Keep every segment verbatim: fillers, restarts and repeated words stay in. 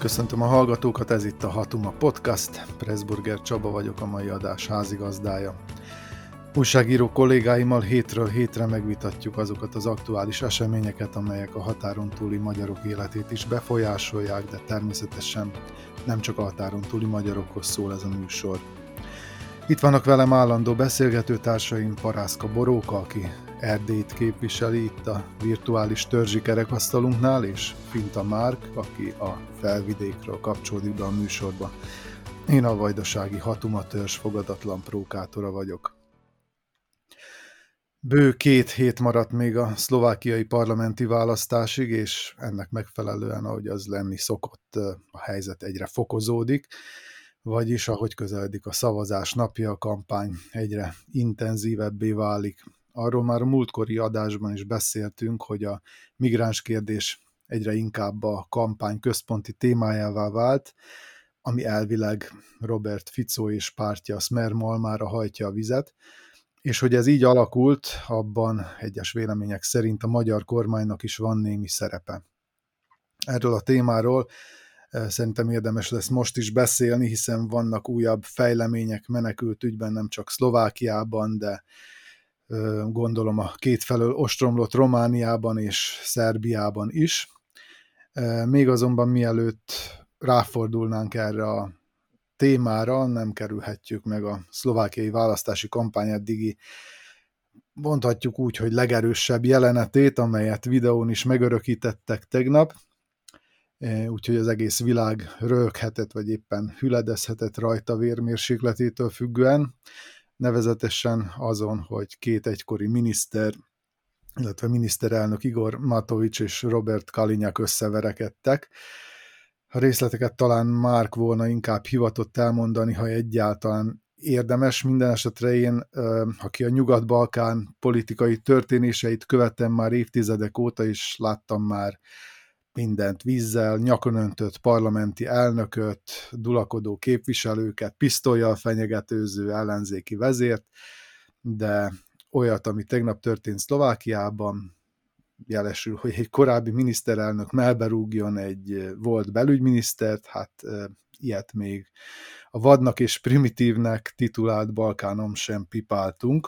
Köszöntöm a hallgatókat, ez itt a Hatuma Podcast. Pressburger Csaba vagyok, a mai adás házigazdája. Újságíró kollégáimmal hétről hétre megvitatjuk azokat az aktuális eseményeket, amelyek a határon túli magyarok életét is befolyásolják, de természetesen nem csak a határon túli magyarokhoz szól ez a műsor. Itt vannak velem állandó beszélgetőtársaim, Parászka Boróka, aki Erdélyt képviseli itt a virtuális törzsi kerekasztalunknál, és Finta Márk, aki a Felvidékről kapcsolódik be a műsorba. Én a vajdasági Hatuma törzs fogadatlan prókátora vagyok. Bő két hét maradt még a szlovákiai parlamenti választásig, és ennek megfelelően, ahogy az lenni szokott, a helyzet egyre fokozódik, vagyis ahogy közeledik a szavazás napja, a kampány egyre intenzívebbé válik. Arról már a múltkori adásban is beszéltünk, hogy a migráns kérdés egyre inkább a kampány központi témájává vált, ami elvileg Robert Fico és pártja Smer Malmára hajtja a vizet, és hogy ez így alakult, abban egyes vélemények szerint a magyar kormánynak is van némi szerepe. Erről a témáról szerintem érdemes lesz most is beszélni, hiszen vannak újabb fejlemények menekült ügyben, nem csak Szlovákiában, de gondolom a kétfelől ostromlott Romániában és Szerbiában is. Még azonban mielőtt ráfordulnánk erre a témára, nem kerülhetjük meg a szlovákiai választási kampány eddigi, mondhatjuk úgy, hogy legerősebb jelenetét, amelyet videón is megörökítettek tegnap, úgyhogy az egész világ röhöghetett, vagy éppen hüledezhetett rajta vérmérsékletétől függően, nevezetesen azon, hogy két egykori miniszter, illetve miniszterelnök Igor Matovics és Robert Kaliňák összeverekedtek. A részleteket talán Márk volna inkább hivatott elmondani, ha egyáltalán érdemes. Minden esetre én, aki a Nyugat-Balkán politikai történéseit követem már évtizedek óta, és láttam már mindent, vízzel, nyakon öntött parlamenti elnököt, dulakodó képviselőket, pisztollyal fenyegetőző ellenzéki vezért, de olyat, ami tegnap történt Szlovákiában, jelesül, hogy egy korábbi miniszterelnök mellberúgjon egy volt belügyminisztert, hát ilyet még a vadnak és primitívnek titulált Balkánon sem pipáltunk.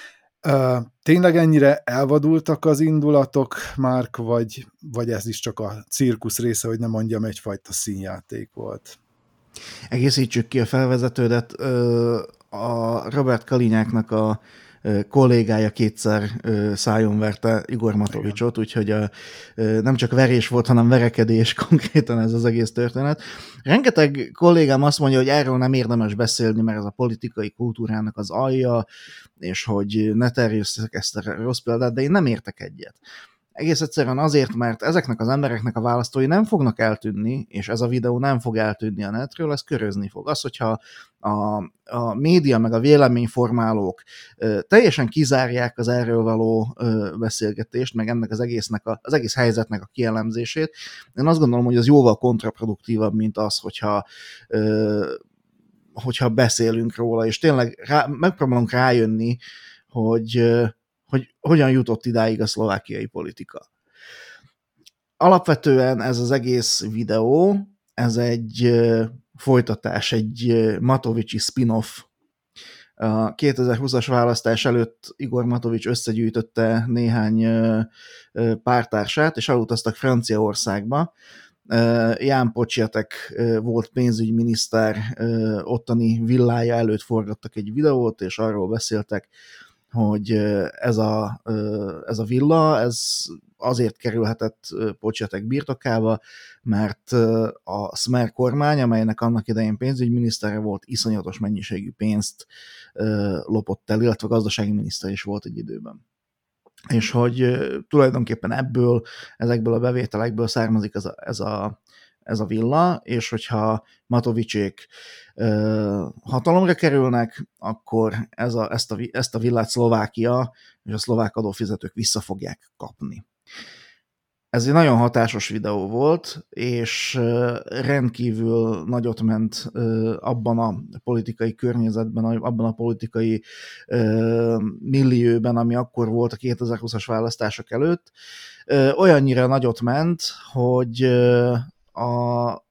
Tényleg ennyire elvadultak az indulatok, Márk, vagy, vagy ez is csak a cirkusz része, hogy nem mondjam, egyfajta színjáték volt? Egészítsük ki a felvezetődet. A Robert Kaliňáknak a kollégája kétszer szájon verte Igor Matovicsot, úgyhogy a, nem csak verés volt, hanem verekedés konkrétan ez az egész történet. Rengeteg kollégám azt mondja, hogy erről nem érdemes beszélni, mert ez a politikai kultúrának az alja, és hogy ne terjesszek ezt a rossz példát, de én nem értek egyet. Egész egyszerűen azért, mert ezeknek az embereknek a választói nem fognak eltűnni, és ez a videó nem fog eltűnni a netről, ez körözni fog. Az, hogyha a, a média meg a véleményformálók ö, teljesen kizárják az erről való ö, beszélgetést, meg ennek az egésznek a, az egész helyzetnek a kielemzését, én azt gondolom, hogy az jóval kontraproduktívabb, mint az, hogyha ö, hogyha beszélünk róla, és tényleg rá, megpróbálunk rájönni, hogy hogy hogyan jutott idáig a szlovákiai politika. Alapvetően ez az egész videó, ez egy folytatás, egy Matovicsi spin-off. A kétezer-húszas választás előtt Igor Matovics összegyűjtötte néhány pártársát, és elutaztak Franciaországba. Ján Pocietek volt pénzügyminiszter ottani villája előtt forgattak egy videót, és arról beszéltek, hogy ez a, ez a villa, ez azért kerülhetett Pocietek birtokába, mert a Smer kormány, amelynek annak idején pénzügyminisztere volt, iszonyatos mennyiségű pénzt lopott el, illetve gazdasági miniszter is volt egy időben. És hogy tulajdonképpen ebből, ezekből a bevételekből származik ez a, ez a ez a villa, és hogyha Matovicsék ö, hatalomra kerülnek, akkor ez a, ezt, a, ezt a villát Szlovákia és a szlovák adófizetők vissza fogják kapni. Ez egy nagyon hatásos videó volt, és ö, rendkívül nagyot ment ö, abban a politikai környezetben, abban a politikai ö, millióben, ami akkor volt a kétezer-húszas választások előtt. Ö, olyannyira nagyot ment, hogy ö, a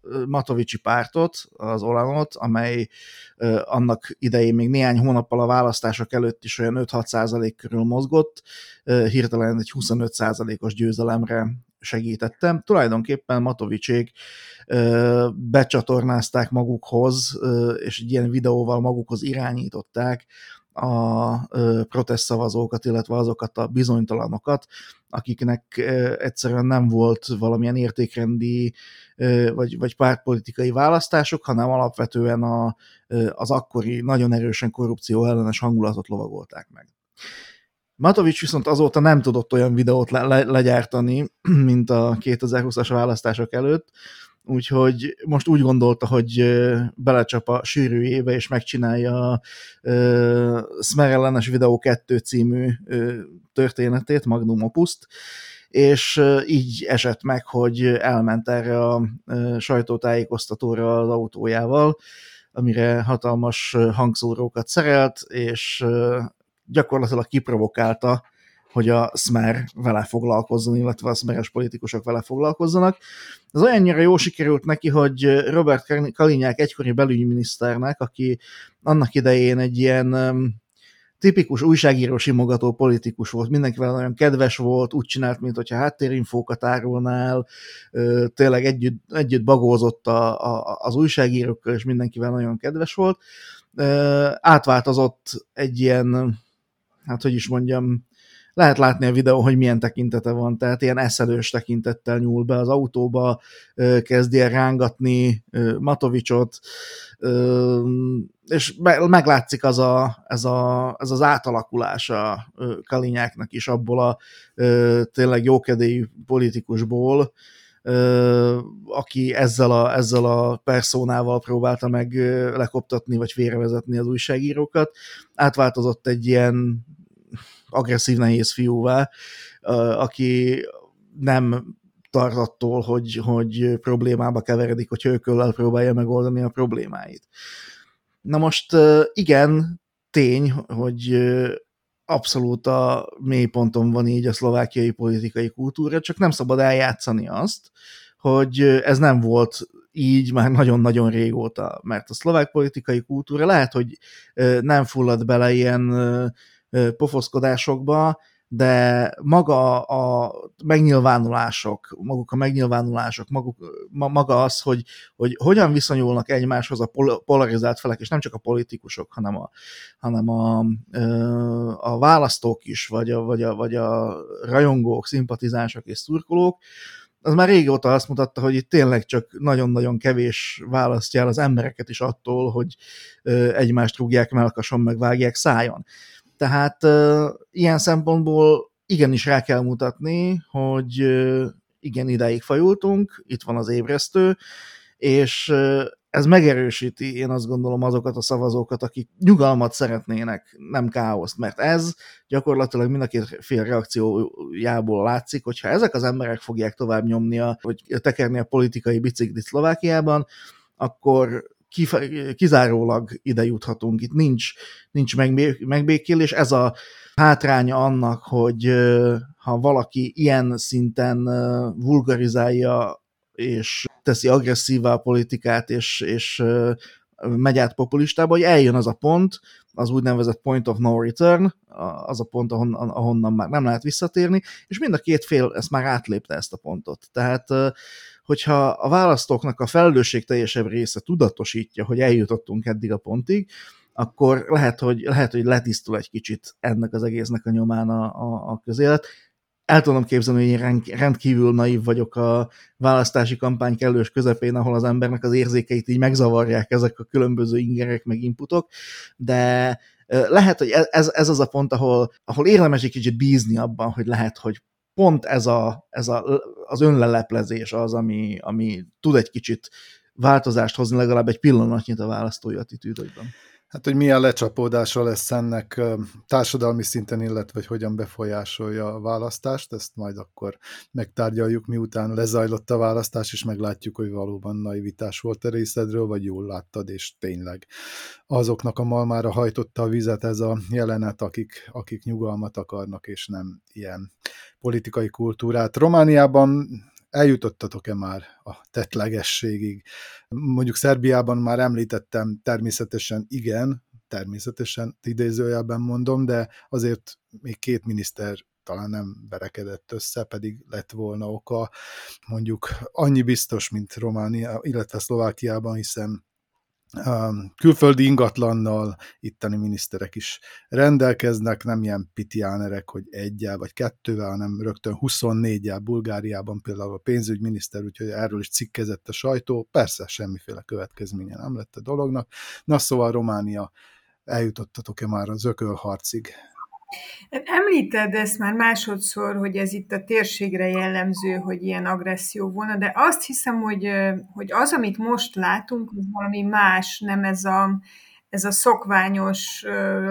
Matovicsi pártot, az Olanot, amely annak idején még néhány hónappal a választások előtt is olyan öt-hat százalék körül mozgott, hirtelen egy huszonöt százalékos győzelemre segítettem. Tulajdonképpen Matovicsék becsatornázták magukhoz, és egy ilyen videóval magukhoz irányították a protestszavazókat, illetve azokat a bizonytalanokat, akiknek egyszerűen nem volt valamilyen értékrendi vagy, vagy pártpolitikai választások, hanem alapvetően a, az akkori nagyon erősen korrupció ellenes hangulatot lovagolták meg. Matovics viszont azóta nem tudott olyan videót le- le- legyártani, mint a kétezer-húszas választások előtt, úgyhogy most úgy gondolta, hogy belecsap a sűrűjébe, és megcsinálja a uh, Smer ellenes videó kettő című uh, történetét, Magnum Opust, és uh, így esett meg, hogy elment erre a uh, sajtótájékoztatóra az autójával, amire hatalmas hangszórókat szerelt, és uh, gyakorlatilag kiprovokálta, hogy a Smer vele foglalkozzon, illetve a smeres politikusok vele foglalkozzanak. Ez olyannyira jó sikerült neki, hogy Robert Kalinyák egykori belügyminiszternek, aki annak idején egy ilyen um, tipikus újságíró simogató politikus volt, mindenkivel nagyon kedves volt, úgy csinált, mint hogyha háttérinfókat árulnál, tényleg együtt, együtt bagózott a, a, az újságírókkal, és mindenkivel nagyon kedves volt. Átváltozott egy ilyen, hát hogy is mondjam, lehet látni a videón, hogy milyen tekintete van, tehát ilyen eszelős tekintettel nyúl be az autóba, kezdi el rángatni Matovicsot, és meglátszik az, a, ez, a, ez az átalakulás a Kalinyáknak is abból a tényleg jókedélyű politikusból, aki ezzel a, ezzel a perszónával próbálta meg lekoptatni, vagy félrevezetni az újságírókat. Átváltozott egy ilyen agresszív nehéz fiúvá, aki nem tart attól, hogy, hogy problémába keveredik, hogy hőköllel próbálja megoldani a problémáit. Na most igen, tény, hogy abszolút a mélyponton van így a szlovákiai politikai kultúra, csak nem szabad eljátszani azt, hogy ez nem volt így már nagyon-nagyon régóta, mert a szlovák politikai kultúra lehet, hogy nem fullad bele ilyen pofoszkodásokba, de maga a megnyilvánulások, maguk a megnyilvánulások, maguk, maga az, hogy, hogy hogyan viszonyulnak egymáshoz a polarizált felek, és nem csak a politikusok, hanem a, hanem a, a választók is, vagy a, vagy, a, vagy a rajongók, szimpatizánsok és szurkolók, az már régóta azt mutatta, hogy itt tényleg csak nagyon-nagyon kevés választja el az embereket is attól, hogy egymást rúgják mellkason, meg vágják szájon. Tehát uh, ilyen szempontból igenis rá kell mutatni, hogy uh, igen, ideig fajultunk, itt van az ébresztő, és uh, ez megerősíti, én azt gondolom, azokat a szavazókat, akik nyugalmat szeretnének, nem káoszt, mert ez gyakorlatilag mind a két fél reakciójából látszik, hogyha ezek az emberek fogják tovább nyomni, a, vagy tekerni a politikai biciklit Szlovákiában, akkor kizárólag ide juthatunk. Itt nincs, nincs megbékélés. Ez a hátránya annak, hogy ha valaki ilyen szinten vulgarizálja és teszi agresszívá a politikát, és, és megy át populistába, hogy eljön az a pont, az úgynevezett point of no return, az a pont, ahonnan, ahonnan már nem lehet visszatérni, és mind a két fél ezt már átlépte ezt a pontot. Tehát hogyha a választóknak a felelősségteljesebb része tudatosítja, hogy eljutottunk eddig a pontig, akkor lehet, hogy, lehet, hogy letisztul egy kicsit ennek az egésznek a nyomán a, a, a közélet. El tudom képzelni, hogy én rendkívül naív vagyok a választási kampány kellős közepén, ahol az embernek az érzékeit így megzavarják ezek a különböző ingerek, meg inputok, de lehet, hogy ez, ez az a pont, ahol, ahol érdemes egy kicsit bízni abban, hogy lehet, hogy pont ez, a, ez a, az önleleplezés az, ami, ami tud egy kicsit változást hozni legalább egy pillanatnyit a választói attitűdökben. Hát, hogy milyen lecsapódása lesz ennek társadalmi szinten, illetve hogy hogyan befolyásolja a választást, ezt majd akkor megtárgyaljuk, miután lezajlott a választás, és meglátjuk, hogy valóban naivitás volt a részedről, vagy jól láttad, és tényleg azoknak a malmára hajtotta a vizet ez a jelenet, akik, akik nyugalmat akarnak, és nem ilyen politikai kultúrát. Romániában eljutottatok-e már a tettlegességig? Mondjuk Szerbiában már említettem, természetesen igen, természetesen idézőjelben mondom, de azért még két miniszter talán nem verekedett össze, pedig lett volna oka. Mondjuk annyi biztos, mint Románia, illetve Szlovákiában, hiszen külföldi ingatlannal itteni miniszterek is rendelkeznek, nem ilyen pitiánerek, hogy egyel vagy kettővel, hanem rögtön huszonnégyel Bulgáriában például a pénzügyminiszter, úgyhogy erről is cikkezett a sajtó, persze semmiféle következménye nem lett a dolognak. Na szóval Románia, eljutottatok-e már az ökölharcig? Említed ezt már másodszor, hogy ez itt a térségre jellemző, hogy ilyen agresszió volna, de azt hiszem, hogy, hogy az, amit most látunk, az valami más, nem ez a, ez a szokványos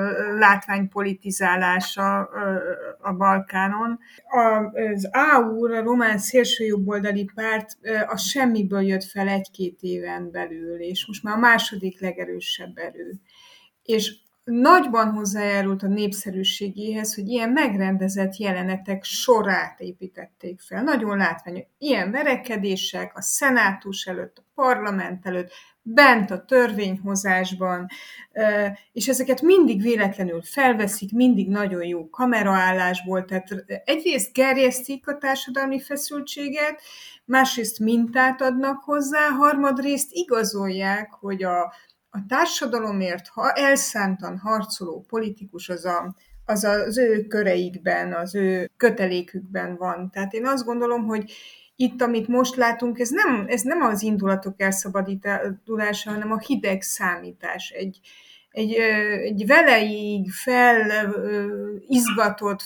látványpolitizálása a Balkánon. Az á u, a román szélsőjobboldali párt, a semmiből jött fel egy-két éven belül, és most már a második legerősebb erő. És nagyban hozzájárult a népszerűségéhez, hogy ilyen megrendezett jelenetek sorát építették fel. Nagyon látványos. Ilyen verekedések a szenátus előtt, a parlament előtt, bent a törvényhozásban, és ezeket mindig véletlenül felveszik, mindig nagyon jó kameraállásból, tehát egyrészt gerjesztik a társadalmi feszültséget, másrészt mintát adnak hozzá, harmadrészt igazolják, hogy a A társadalomért ha elszántan harcoló politikus az, a, az az ő köreikben, az ő kötelékükben van. Tehát én azt gondolom, hogy itt, amit most látunk, ez nem, ez nem az indulatok elszabadítása, hanem a hideg számítás. Egy, egy, egy veleig felizgatott,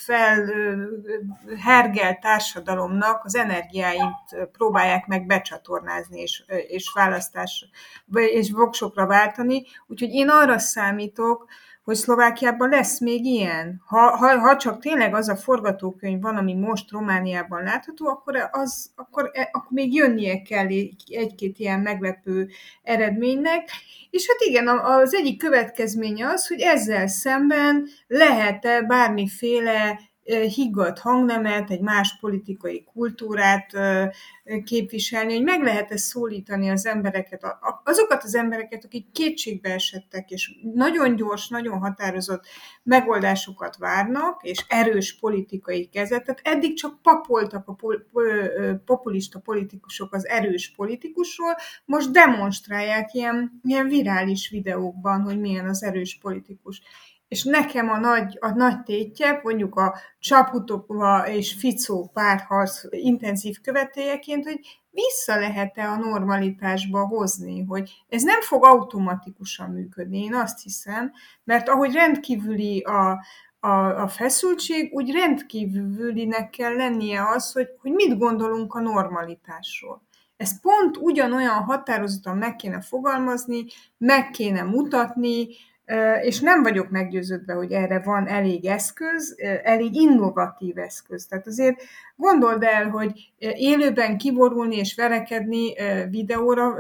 felhergelt társadalomnak az energiáit próbálják meg becsatornázni és, és választás, és voksokra váltani. Úgyhogy én arra számítok, hogy Szlovákiában lesz még ilyen. Ha, ha, ha csak tényleg az a forgatókönyv van, ami most Romániában látható, akkor, az, akkor, akkor még jönnie kell egy-két ilyen meglepő eredménynek. És hát igen, az egyik következménye az, hogy ezzel szemben lehet-e bármiféle higgadt hangnemet, egy más politikai kultúrát képviselni, hogy meg lehet-e szólítani az embereket, azokat az embereket, akik kétségbe esettek, és nagyon gyors, nagyon határozott megoldásokat várnak, és erős politikai kezetet. Eddig csak papoltak a populista politikusok az erős politikusról, most demonstrálják ilyen, ilyen virális videókban, hogy milyen az erős politikus. És nekem a nagy, a nagy tétje, mondjuk a Csaputova és Ficó párharc intenzív követőjeként, hogy vissza lehet-e a normalitásba hozni, hogy ez nem fog automatikusan működni, én azt hiszem, mert ahogy rendkívüli a, a, a feszültség, úgy rendkívülinek kell lennie az, hogy, hogy mit gondolunk a normalitásról. Ezt pont ugyanolyan határozottan meg kéne fogalmazni, meg kéne mutatni, és nem vagyok meggyőződve, hogy erre van elég eszköz, elég innovatív eszköz. Tehát azért gondold el, hogy élőben kiborulni és verekedni videóra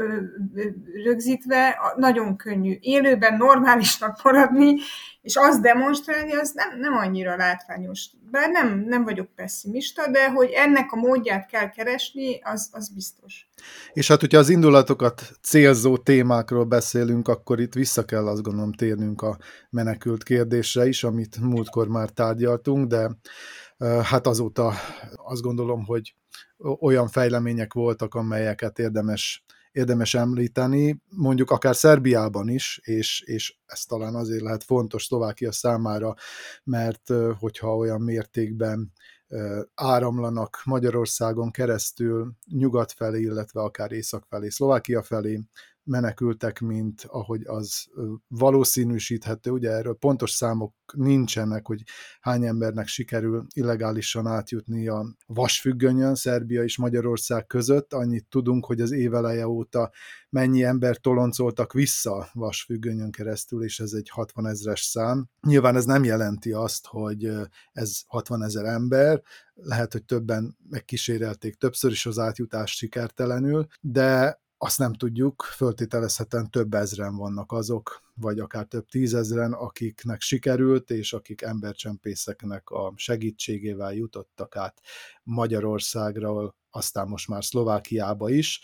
rögzítve nagyon könnyű. Élőben normálisnak maradni, és azt demonstrálni, az nem, nem annyira látványos. Bár nem, nem vagyok pessimista, de hogy ennek a módját kell keresni, az, az biztos. És hát, hogyha az indulatokat célzó témákról beszélünk, akkor itt vissza kell azt gondolom térnünk a menekült kérdésre is, amit múltkor már tárgyaltunk, de hát azóta azt gondolom, hogy olyan fejlemények voltak, amelyeket érdemes, érdemes említeni, mondjuk akár Szerbiában is, és, és ez talán azért lehet fontos Szlovákia számára, mert hogyha olyan mértékben áramlanak Magyarországon keresztül nyugat felé, illetve akár észak felé, Szlovákia felé menekültek, mint ahogy az valószínűsíthető, ugye erről pontos számok nincsenek, hogy hány embernek sikerül illegálisan átjutni a vasfüggönyön Szerbia és Magyarország között. Annyit tudunk, hogy az éveleje óta mennyi ember toloncoltak vissza vasfüggönyön keresztül, és ez egy hatvanezres szám. Nyilván ez nem jelenti azt, hogy ez hatvanezer ember, lehet, hogy többen megkísérelték többször is az átjutást sikertelenül, de azt nem tudjuk, föltételezhetően több ezren vannak azok, vagy akár több tízezren, akiknek sikerült, és akik embercsempészeknek a segítségével jutottak át Magyarországra, aztán most már Szlovákiába is.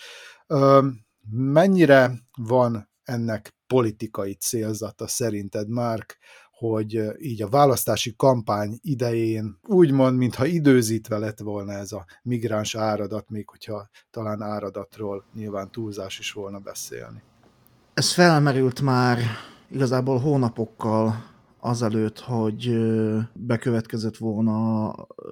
Mennyire van ennek politikai célzata szerinted, Márk, hogy így a választási kampány idején úgymond, mintha időzítve lett volna ez a migráns áradat, még hogyha talán áradatról nyilván túlzás is volna beszélni. Ez felmerült már igazából hónapokkal azelőtt, hogy bekövetkezett volna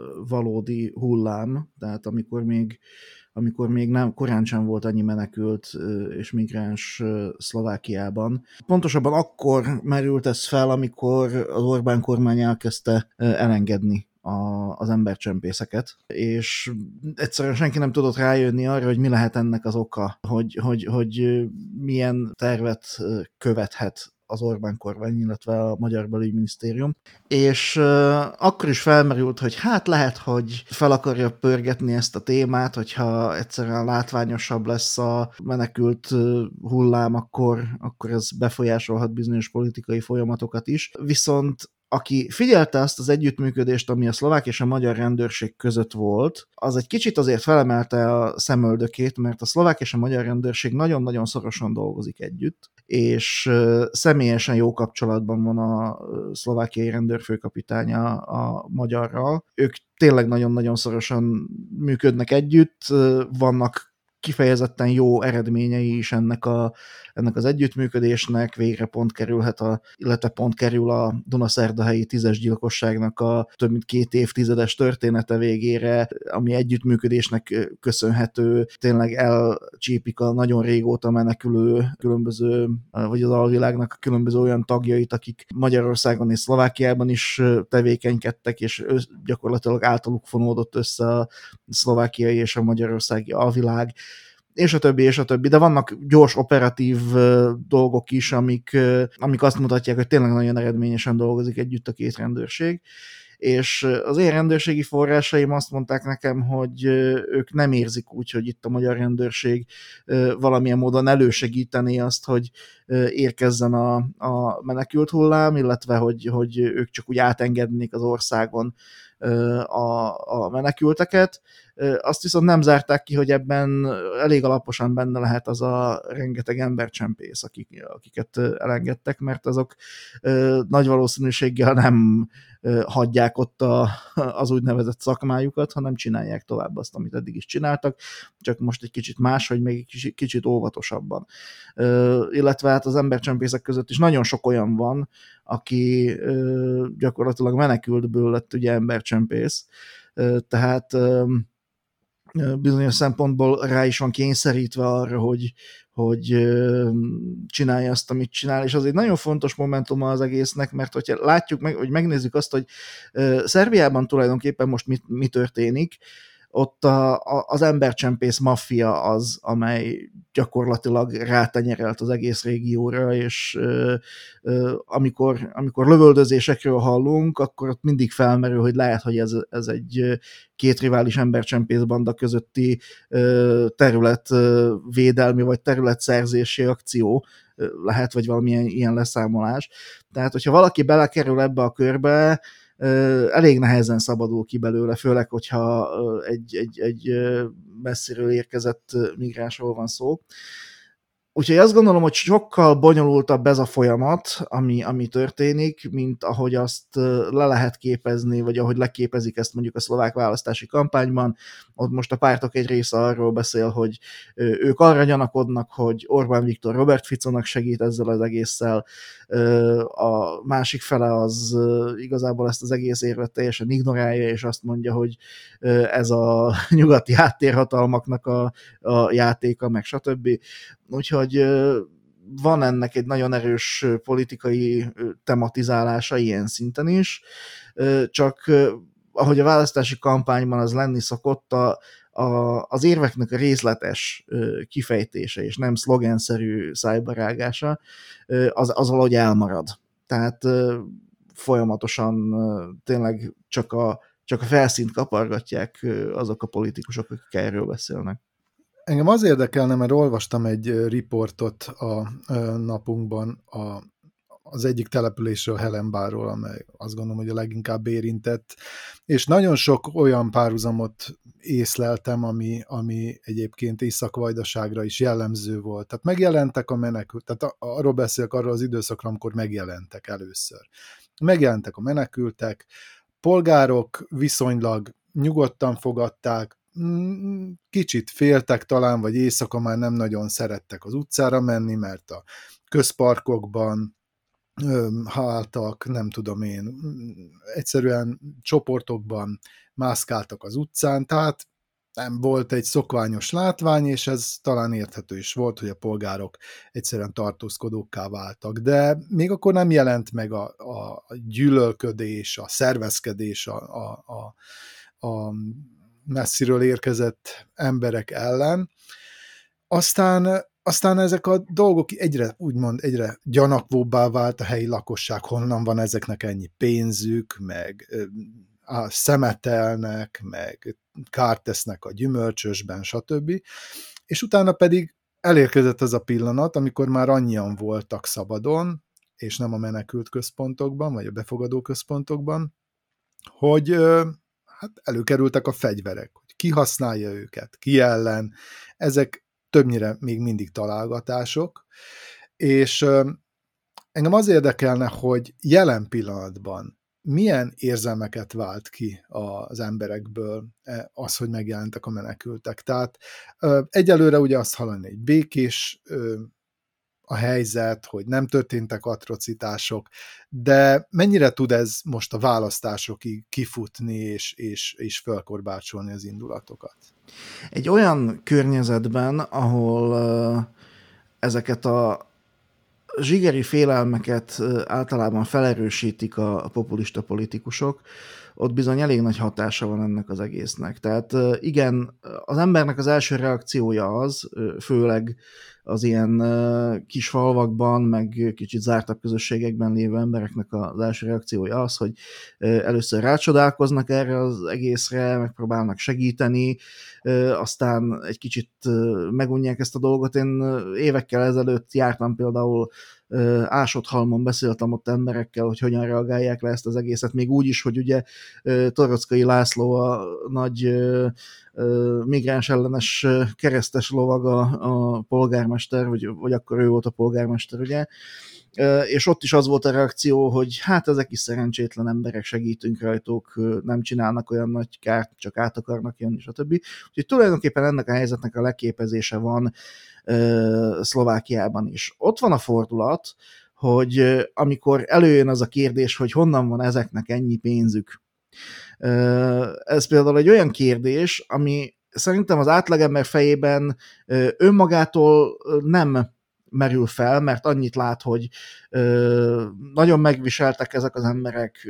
valódi hullám, tehát amikor még, amikor még nem, korán sem volt annyi menekült és migráns Szlovákiában. Pontosabban akkor merült ez fel, amikor az Orbán kormány elkezdte elengedni a, az embercsempészeket, és egyszerűen senki nem tudott rájönni arra, hogy mi lehet ennek az oka, hogy, hogy, hogy milyen tervet követhet az Orbán kormány, illetve a Magyar Belügyminisztérium. És uh, akkor is felmerült, hogy hát lehet, hogy fel akarja pörgetni ezt a témát, hogyha egyszerűen látványosabb lesz a menekült uh, hullám, akkor, akkor ez befolyásolhat bizonyos politikai folyamatokat is. Viszont aki figyelte azt az együttműködést, ami a szlovák és a magyar rendőrség között volt, az egy kicsit azért felemelte a szemöldökét, mert a szlovák és a magyar rendőrség nagyon-nagyon szorosan dolgozik együtt, és személyesen jó kapcsolatban van a szlovákiai rendőrfőkapitánya a magyarral. Ők tényleg nagyon-nagyon szorosan működnek együtt, vannak kifejezetten jó eredményei is ennek, a, ennek az együttműködésnek, végre pont kerülhet, a, illetve pont kerül a Dunaszerdahelyi tízes gyilkosságnak a több mint két évtizedes története végére, ami együttműködésnek köszönhető, tényleg elcsípik a nagyon régóta menekülő különböző, vagy az alvilágnak a különböző olyan tagjait, akik Magyarországon és Szlovákiában is tevékenykedtek, és gyakorlatilag általuk fonódott össze a szlovákiai és a magyarországi alvilág, és a többi, és a többi, de vannak gyors, operatív dolgok is, amik, amik azt mutatják, hogy tényleg nagyon eredményesen dolgozik együtt a két rendőrség, és az én rendőrségi forrásaim azt mondták nekem, hogy ők nem érzik úgy, hogy itt a magyar rendőrség valamilyen módon elősegítené azt, hogy érkezzen a, a menekült hullám, illetve hogy, hogy ők csak úgy átengednék az országon a, a menekülteket. Azt viszont nem zárták ki, hogy ebben elég alaposan benne lehet az a rengeteg embercsempész, akik, akiket elengedtek, mert azok nagy valószínűséggel nem hagyják ott a, az úgynevezett szakmájukat, hanem csinálják tovább azt, amit eddig is csináltak, csak most egy kicsit máshogy, meg egy kicsit, kicsit óvatosabban. Illetve hát az embercsempészek között is nagyon sok olyan van, aki gyakorlatilag menekültből lett ugye embercsempész, tehát bizonyos szempontból rá is van kényszerítve arra, hogy, hogy csinálja azt, amit csinál, és az egy nagyon fontos momentum az egésznek, mert hogyha látjuk, meg, hogy megnézzük azt, hogy Szerbiában tulajdonképpen most mi, mi történik, ott a, a, az embercsempész maffia az, amely gyakorlatilag rátenyerelt az egész régióra, és ö, ö, amikor, amikor lövöldözésésekről hallunk, akkor ott mindig felmerül, hogy lehet, hogy ez, ez egy két rivális embercsempész banda közötti ö, területvédelmi vagy területszerzési akció lehet, vagy valamilyen ilyen leszámolás. Tehát, hogyha valaki belekerül ebbe a körbe, elég nehezen szabadul ki belőle, főleg, hogyha egy, egy, egy messziről érkezett migránsról van szó. Úgyhogy azt gondolom, hogy sokkal bonyolultabb ez a folyamat, ami, ami történik, mint ahogy azt le lehet képezni, vagy ahogy leképezik ezt mondjuk a szlovák választási kampányban. Ott most a pártok egy része arról beszél, hogy ők arra gyanakodnak, hogy Orbán Viktor Robert Ficónak segít ezzel az egésszel. A másik fele az igazából ezt az egész érvet teljesen ignorálja, és azt mondja, hogy ez a nyugati háttérhatalmaknak a, a játéka, meg stb. Úgyhogy van ennek egy nagyon erős politikai tematizálása ilyen szinten is, csak ahogy a választási kampányban az lenni szokott, a, a, az érveknek a részletes kifejtése, és nem szlogenszerű szájbarágása, az, az valahogy elmarad. Tehát folyamatosan tényleg csak a, csak a felszínt kapargatják azok a politikusok, akik erről beszélnek. Engem az érdekelne, mert olvastam egy riportot a napunkban a, az egyik településről, Hellenbárról, amely azt gondolom, hogy a leginkább érintett, és nagyon sok olyan párhuzamot észleltem, ami, ami egyébként Észak-Vajdaságra is jellemző volt. Tehát megjelentek a menekültek, tehát arról beszélek arról az időszakra, amikor megjelentek először. Megjelentek a menekültek, polgárok viszonylag nyugodtan fogadták, kicsit féltek talán, vagy éjszaka már nem nagyon szerettek az utcára menni, mert a közparkokban háltak, nem tudom én, egyszerűen csoportokban mászkáltak az utcán, tehát nem volt egy szokványos látvány, és ez talán érthető is volt, hogy a polgárok egyszerűen tartózkodókká váltak. De még akkor nem jelent meg a, a gyűlölködés, a szervezkedés a, a, a, a messziről érkezett emberek ellen. Aztán Aztán ezek a dolgok egyre, úgymond egyre gyanakvóbbá vált a helyi lakosság, honnan van ezeknek ennyi pénzük, meg á, szemetelnek, meg kárt tesznek a gyümölcsösben, stb. És utána pedig elérkezett az a pillanat, amikor már annyian voltak szabadon, és nem a menekült központokban, vagy a befogadó központokban, hogy hát előkerültek a fegyverek, hogy ki használja őket, ki ellen. Ezek többnyire még mindig találgatások, és engem az érdekelne, hogy jelen pillanatban milyen érzelmeket vált ki az emberekből az, hogy megjelentek a menekültek. Tehát egyelőre ugye azt hallani, hogy békés a helyzet, hogy nem történtek atrocitások, de mennyire tud ez most a választásokig kifutni és, és, és fölkorbácsolni az indulatokat? Egy olyan környezetben, ahol uh, ezeket a zsigeri félelmeket uh, általában felerősítik a, a populista politikusok, ott bizony elég nagy hatása van ennek az egésznek. Tehát uh, igen, az embernek az első reakciója az, uh, főleg az ilyen uh, kis falvakban, meg kicsit zártabb közösségekben lévő embereknek az első reakciója az, hogy uh, először rácsodálkoznak erre az egészre, megpróbálnak segíteni, uh, aztán egy kicsit uh, megunják ezt a dolgot. Én uh, évekkel ezelőtt jártam például uh, Ásodhalmon, beszéltem ott emberekkel, hogy hogyan reagálják le ezt az egészet, még úgy is, hogy ugye uh, Torockai László a nagy uh, migráns ellenes keresztes lovag a, a polgármester, vagy, vagy akkor ő volt a polgármester, ugye, és ott is az volt a reakció, hogy hát ezek is szerencsétlen emberek, segítünk rajtuk, nem csinálnak olyan nagy kárt, csak át akarnak jönni, stb. Úgyhogy tulajdonképpen ennek a helyzetnek a leképezése van Szlovákiában is. Ott van a fordulat, hogy amikor előjön az a kérdés, hogy honnan van ezeknek ennyi pénzük. Ez például egy olyan kérdés, ami szerintem az átlagember fejében önmagától nem merül fel, mert annyit lát, hogy nagyon megviseltek ezek az emberek,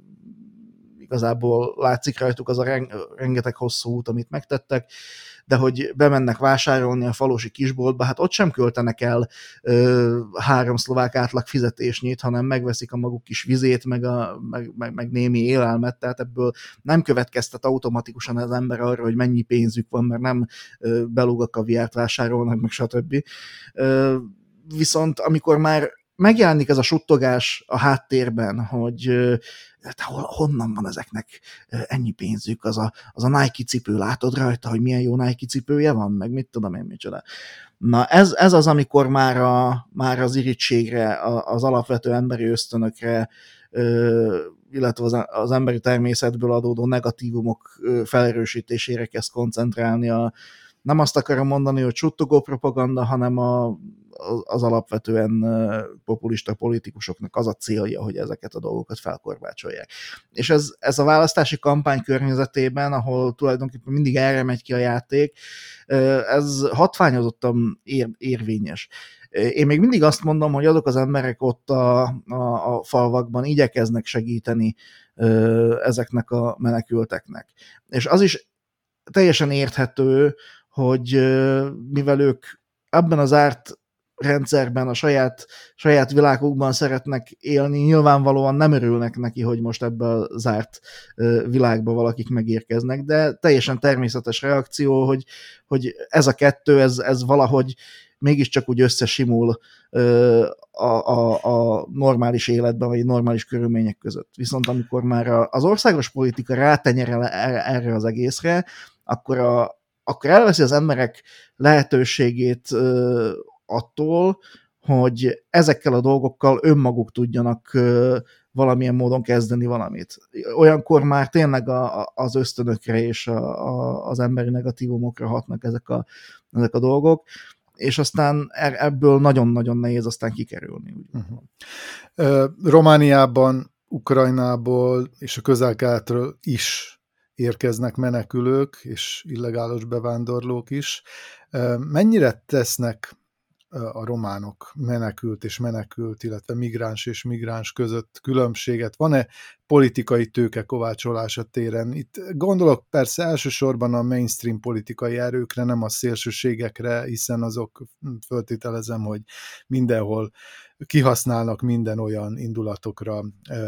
igazából látszik rajtuk az a rengeteg hosszú út, amit megtettek, de hogy bemennek vásárolni a falusi kisboltba, hát ott sem költenek el ö, három szlovák átlag fizetésnyit, hanem megveszik a maguk kis vizét, meg, a, meg, meg, meg némi élelmet, tehát ebből nem következtet automatikusan az ember arra, hogy mennyi pénzük van, mert nem ö, belúg a kaviárt vásárolnak, meg stb. Ö, viszont amikor már megjelenik ez a suttogás a háttérben, hogy hát honnan van ezeknek ennyi pénzük, az a, az a Nike cipő, látod rajta, hogy milyen jó Nike cipője van, meg mit tudom én, micsoda. Na ez, ez az, amikor már, a, már az irítségre, az alapvető emberi ösztönökre, illetve az, az emberi természetből adódó negatívumok felerősítésére kezd koncentrálni a, nem azt akarom mondani, hogy suttogó propaganda, hanem a, az alapvetően populista politikusoknak az a célja, hogy ezeket a dolgokat felkorbácsolják. És ez, ez a választási kampány környezetében, ahol tulajdonképpen mindig erre megy ki a játék, ez hatványozottan ér, érvényes. Én még mindig azt mondom, hogy azok az emberek ott a, a, a falvakban igyekeznek segíteni ezeknek a menekülteknek. És az is teljesen érthető, hogy mivel ők ebben az zárt rendszerben, a saját, saját világukban szeretnek élni, nyilvánvalóan nem örülnek neki, hogy most ebbe a zárt világba valakik megérkeznek, de teljesen természetes reakció, hogy, hogy ez a kettő, ez, ez valahogy mégiscsak úgy összesimul a, a, a normális életben, vagy normális körülmények között. Viszont amikor már az országos politika rátenyerel erre az egészre, akkor, a, akkor elveszi az emberek lehetőségét attól, hogy ezekkel a dolgokkal önmaguk tudjanak valamilyen módon kezdeni valamit. Olyankor már tényleg a, a, az ösztönökre és a, a, az emberi negatívumokra hatnak ezek a, ezek a dolgok, és aztán ebből nagyon-nagyon nehéz aztán kikerülni. Uh-huh. Romániában, Ukrajnából és a Közel-Keletről is érkeznek menekülők és illegális bevándorlók is. Mennyire tesznek a románok menekült és menekült, illetve migráns és migráns között különbséget? Van-e politikai tőke kovácsolása téren? Itt gondolok persze elsősorban a mainstream politikai erőkre, nem a szélsőségekre, hiszen azok, föltételezem, hogy mindenhol kihasználnak minden olyan indulatokra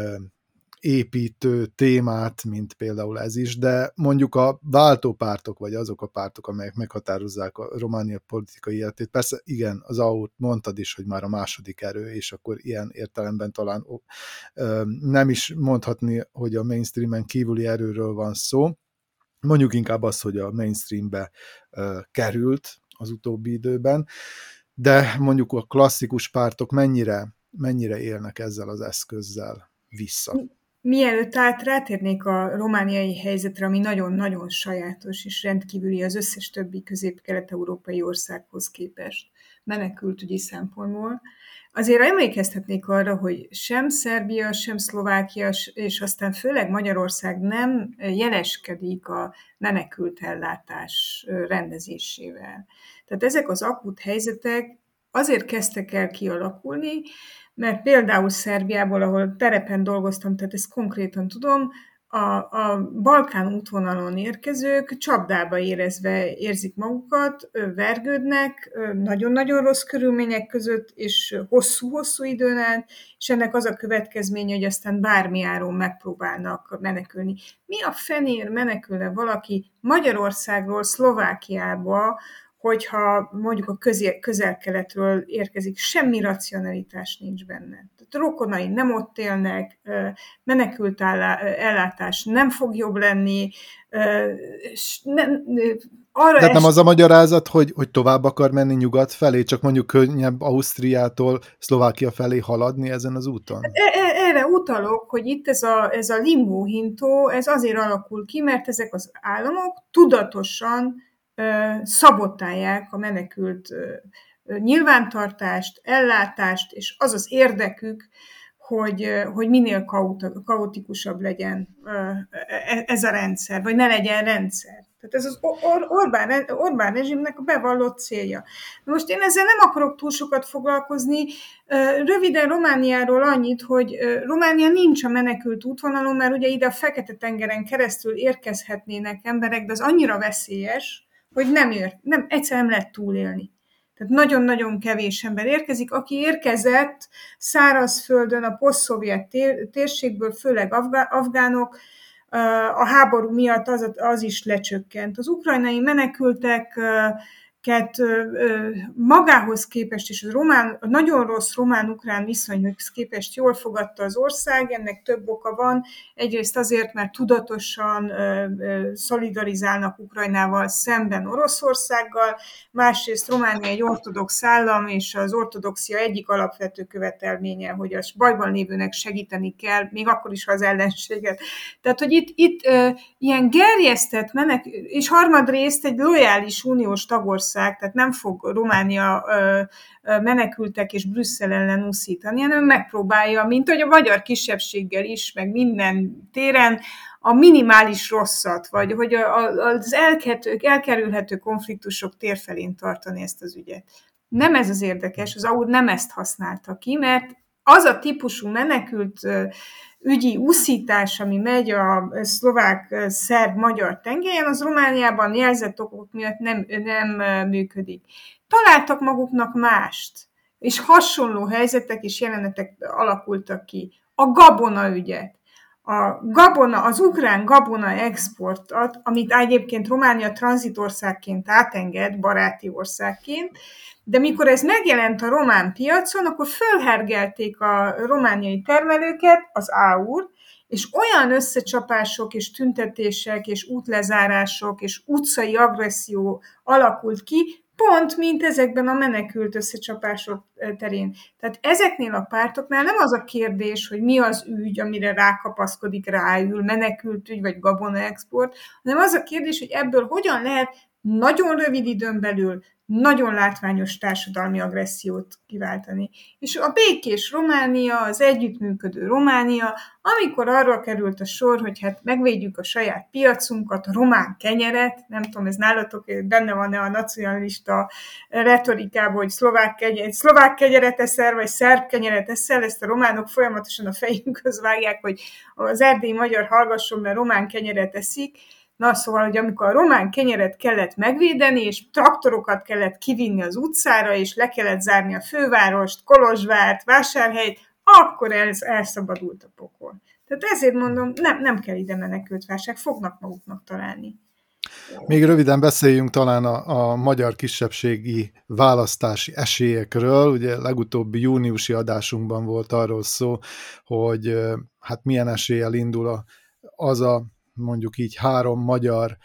építő témát, mint például ez is, de mondjuk a váltópártok, vagy azok a pártok, amelyek meghatározzák a Románia politikai életét, persze igen, az á u mondtad is, hogy már a második erő, és akkor ilyen értelemben talán ö, nem is mondhatni, hogy a mainstreamen kívüli erőről van szó, mondjuk inkább az, hogy a mainstreambe ö, került az utóbbi időben, de mondjuk a klasszikus pártok mennyire, mennyire élnek ezzel az eszközzel vissza? Mielőtt át rátérnék a romániai helyzetre, ami nagyon-nagyon sajátos és rendkívüli az összes többi közép-kelet-európai országhoz képest menekültügyi szempontból, azért emlékeztetnék arra, hogy sem Szerbia, sem Szlovákia, és aztán főleg Magyarország nem jeleskedik a menekült ellátás rendezésével. Tehát ezek az akut helyzetek azért kezdtek el kialakulni, mert például Szerbiából, ahol terepen dolgoztam, tehát ezt konkrétan tudom, a, a Balkán útvonalon érkezők csapdába érezve érzik magukat, vergődnek, nagyon-nagyon rossz körülmények között, és hosszú-hosszú időn át, és ennek az a következménye, hogy aztán bármi áron megpróbálnak menekülni. Mi a fenér menekülne valaki Magyarországról Szlovákiába, hogyha mondjuk a közel-keletről érkezik, semmi racionalitás nincs benne. Tehát rokonai nem ott élnek, menekült ellátás nem fog jobb lenni. Nem, arra Tehát nem az a magyarázat, hogy, hogy tovább akar menni nyugat felé, csak mondjuk könnyebb Ausztriától Szlovákia felé haladni ezen az úton? Erre utalok, hogy itt ez a, ez a limbo hintó, ez azért alakul ki, mert ezek az államok tudatosan szabotálják a menekült nyilvántartást, ellátást, és az az érdekük, hogy, hogy minél kaotikusabb legyen ez a rendszer, vagy ne legyen rendszer. Tehát ez az Or- Orbán, Orbán rezsimnek a bevallott célja. Most én ezzel nem akarok túl sokat foglalkozni. Röviden Romániáról annyit, hogy Románia nincs a menekült útvonalon, mert ugye ide a Fekete-tengeren keresztül érkezhetnének emberek, de az annyira veszélyes, hogy nem ér, nem, egyszerűen nem lehet túlélni. Tehát nagyon-nagyon kevés ember érkezik. Aki érkezett szárazföldön a posztszovjet tér, térségből, főleg afgá, afgánok, a háború miatt az, az is lecsökkent. Az ukrajnai menekültek magához képest, és a, román, a nagyon rossz román-ukrán viszonyhoz képest jól fogadta az ország, ennek több oka van. Egyrészt azért, mert tudatosan szolidarizálnak Ukrajnával szemben Oroszországgal, másrészt Románia egy ortodox állam, és az ortodoxia egyik alapvető követelménye, hogy a bajban lévőnek segíteni kell, még akkor is, ha az ellenséget. Tehát, hogy itt, itt ilyen gerjesztett menek, és harmadrészt egy lojális uniós tagország, tehát nem fog Románia menekültek és Brüsszel ellen úszítani, hanem megpróbálja, mint hogy a magyar kisebbséggel is, meg minden téren a minimális rosszat, vagy hogy az elkerülhető konfliktusok térfelén tartani ezt az ügyet. Nem ez az érdekes, az á u nem ezt használta ki, mert az a típusú menekült ügyi úszítás, ami megy a szlovák-szerb-magyar tengelyen, az Romániában jelzett okok miatt nem, nem működik. Találtak maguknak mást, és hasonló helyzetek és jelenetek alakultak ki. A gabona ügyet. a gabona, az ukrán gabona exportot, amit egyébként Románia tranzitországként átenged, baráti országként, de mikor ez megjelent a román piacon, akkor fölhergelték a romániai termelőket, az á u er, és olyan összecsapások és tüntetések és útlezárások és utcai agresszió alakult ki, pont, mint ezekben a menekült összecsapások terén. Tehát ezeknél a pártoknál nem az a kérdés, hogy mi az ügy, amire rákapaszkodik, ráül, menekült ügy vagy gabonaexport, hanem az a kérdés, hogy ebből hogyan lehet nagyon rövid időn belül nagyon látványos társadalmi agressziót kiváltani. És a békés Románia, az együttműködő Románia, amikor arra került a sor, hogy hát megvédjük a saját piacunkat, a román kenyeret, nem tudom, ez nálatok benne van-e a nacionalista retorikában, hogy szlovák, kenyeret, szlovák kenyeret eszel, vagy szerb kenyeret eszel, ezt a románok folyamatosan a fejünkhöz vágják, hogy az erdélyi magyar hallgasson, mert román kenyeret eszik. Na szóval, hogy amikor a román kenyeret kellett megvédeni, és traktorokat kellett kivinni az utcára, és le kellett zárni a fővárost, Kolozsvárt, Vásárhelyt, akkor ez elszabadult a pokol. Tehát ezért mondom, nem, nem kell ide menekült válság, fognak maguknak találni. Még röviden beszéljünk talán a, a magyar kisebbségi választási esélyekről. Ugye legutóbbi júniusi adásunkban volt arról szó, hogy hát milyen eséllyel indul a, az a mondjuk így három magyar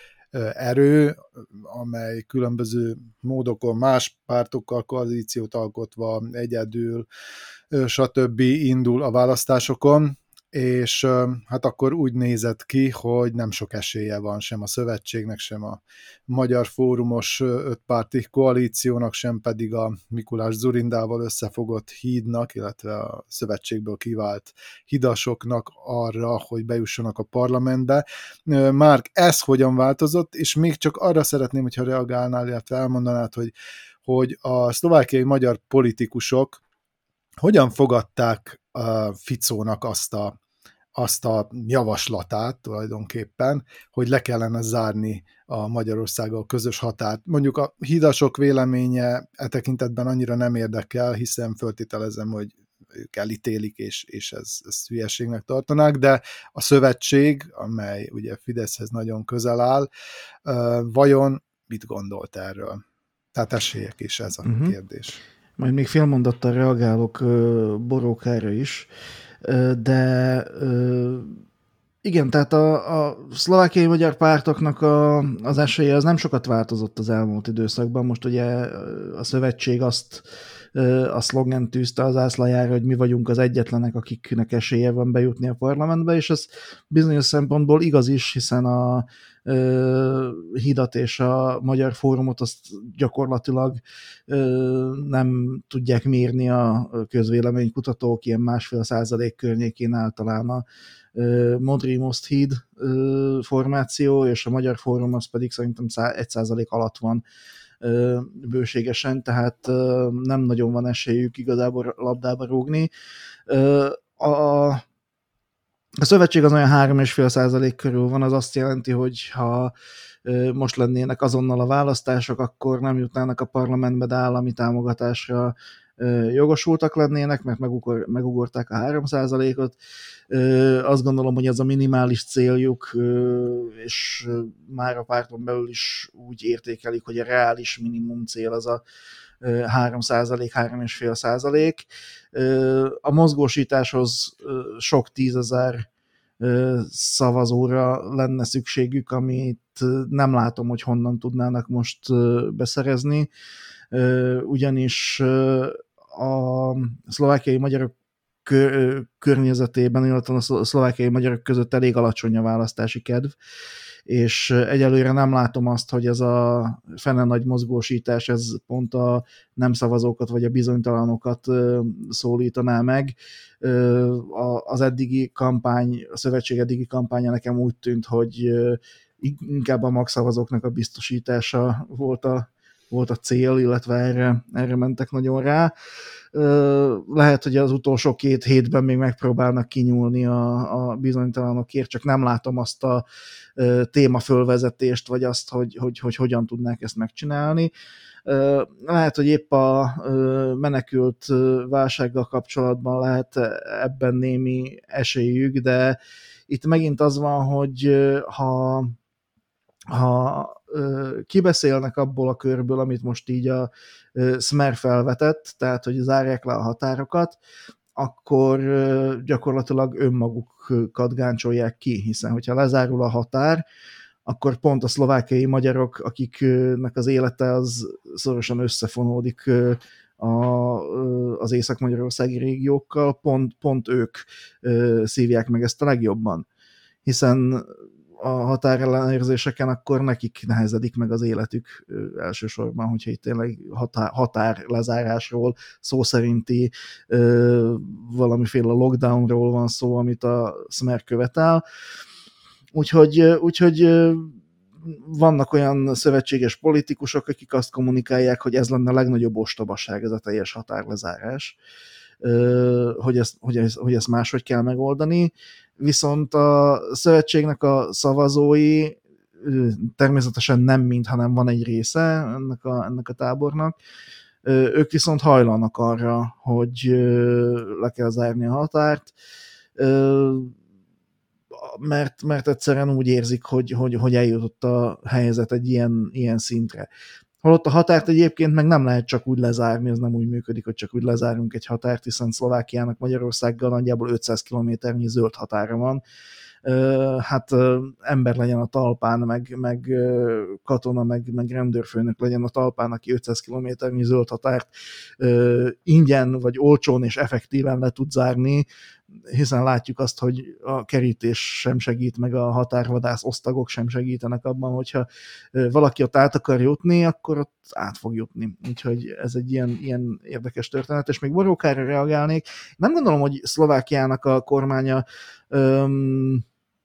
erő, amely különböző módokon más pártokkal koalíciót alkotva egyedül, stb. Indul a választásokon, és hát akkor úgy nézett ki, hogy nem sok esélye van sem a szövetségnek, sem a Magyar Fórumos ötpárti koalíciónak, sem pedig a Mikulás Dzurindával összefogott hídnak, illetve a szövetségből kivált hidasoknak arra, hogy bejussanak a parlamentbe. Márk, ez hogyan változott, és még csak arra szeretném, hogyha reagálnál, illetve elmondanád, hogy, hogy a szlovákiai magyar politikusok hogyan fogadták a Ficónak azt a, azt a javaslatát tulajdonképpen, hogy le kellene zárni a Magyarországgal közös határt. Mondjuk a hidasok véleménye e tekintetben annyira nem érdekel, hiszen föltételezem, hogy ők elítélik, és, és ez, ez hülyeségnek tartanák, de a szövetség, amely ugye Fideszhez nagyon közel áll, vajon mit gondolt erről? Tehát esélyek is ez a uh-huh. kérdés. Majd még fél mondattal reagálok uh, Borókára is, uh, de uh, igen, tehát a, a szlovákiai magyar pártoknak a, az esélye az nem sokat változott az elmúlt időszakban. Most ugye a szövetség azt uh, a szlogen tűzte az ászlajára, hogy mi vagyunk az egyetlenek, akiknek esélye van bejutni a parlamentbe, és ez bizonyos szempontból igaz is, hiszen a Hidat és a Magyar Fórumot azt gyakorlatilag nem tudják mérni a közvéleménykutatók, ilyen másfél százalék környékén általán a Modri Most híd formáció, és a Magyar Fórum az pedig szerintem egy százalék alatt van bőségesen, tehát nem nagyon van esélyük igazából labdába rúgni. A A szövetség az olyan három egész öt százalék körül van, az azt jelenti, hogy ha most lennének azonnal a választások, akkor nem jutnának a parlamentbe, de állami támogatásra jogosultak lennének, mert megugor, megugorták a három százalékot. Azt gondolom, hogy ez a minimális céljuk, és már a párton belül is úgy értékelik, hogy a reális minimum cél az a három százalék, három egész öt százalék. A mozgósításhoz sok tízezer szavazóra lenne szükségük, amit nem látom, hogy honnan tudnának most beszerezni, ugyanis a szlovákiai magyarok környezetében, illetve a szlovákiai magyarok között elég alacsony a választási kedv, és egyelőre nem látom azt, hogy ez a fene nagy mozgósítás, ez pont a nem szavazókat vagy a bizonytalanokat szólítaná meg. Az eddigi kampány, a szövetség eddigi kampánya nekem úgy tűnt, hogy inkább a magszavazóknak a biztosítása volt a, volt a cél, illetve erre, erre mentek nagyon rá. Lehet, hogy az utolsó két hétben még megpróbálnak kinyúlni a, a bizonytalanokért, csak nem látom azt a témafölvezetést, vagy azt, hogy, hogy, hogy hogyan tudnák ezt megcsinálni. Lehet, hogy épp a menekült válsággal kapcsolatban lehet ebben némi esélyük, de itt megint az van, hogy ha, ha kibeszélnek abból a körből, amit most így a Smer felvetett, tehát hogy zárják le a határokat, akkor gyakorlatilag önmagukat gáncsolják ki, hiszen hogyha lezárul a határ, akkor pont a szlovákiai magyarok, akiknek az élete az szorosan összefonódik a, az észak-magyarországi régiókkal, pont, pont ők szívják meg ezt a legjobban. Hiszen a határellenőrzéseken akkor nekik nehezedik meg az életük elsősorban, hogyha itt tényleg határ, határlezárásról, szó szerinti valamiféle lockdownról van szó, amit a Smer követel. Úgyhogy, úgyhogy vannak olyan szövetséges politikusok, akik azt kommunikálják, hogy ez lenne a legnagyobb ostobaság, ez a teljes határlezárás, hogy ezt, hogy, ezt, hogy ezt máshogy kell megoldani. Viszont a szövetségnek a szavazói természetesen nem mind, hanem van egy része ennek a, ennek a tábornak, ők viszont hajlanak arra, hogy le kell zárni a határt, mert, mert egyszerűen úgy érzik, hogy, hogy, hogy eljutott a helyzet egy ilyen, ilyen szintre. Holott a határt egyébként meg nem lehet csak úgy lezárni, ez nem úgy működik, hogy csak úgy lezárunk egy határt, hiszen Szlovákiának Magyarországgal nagyjából ötszáz kilométernyi zöld határa van. Hát ember legyen a talpán, meg, meg katona, meg, meg rendőrfőnök legyen a talpán, aki ötszáz kilométernyi zöld határt ingyen, vagy olcsón és effektíven le tud zárni, hiszen látjuk azt, hogy a kerítés sem segít, meg a határvadász osztagok sem segítenek abban, hogyha valaki ott át akar jutni, akkor ott át fog jutni. Úgyhogy ez egy ilyen, ilyen érdekes történet, és még Borókára reagálnék. Nem gondolom, hogy Szlovákiának a kormánya öm,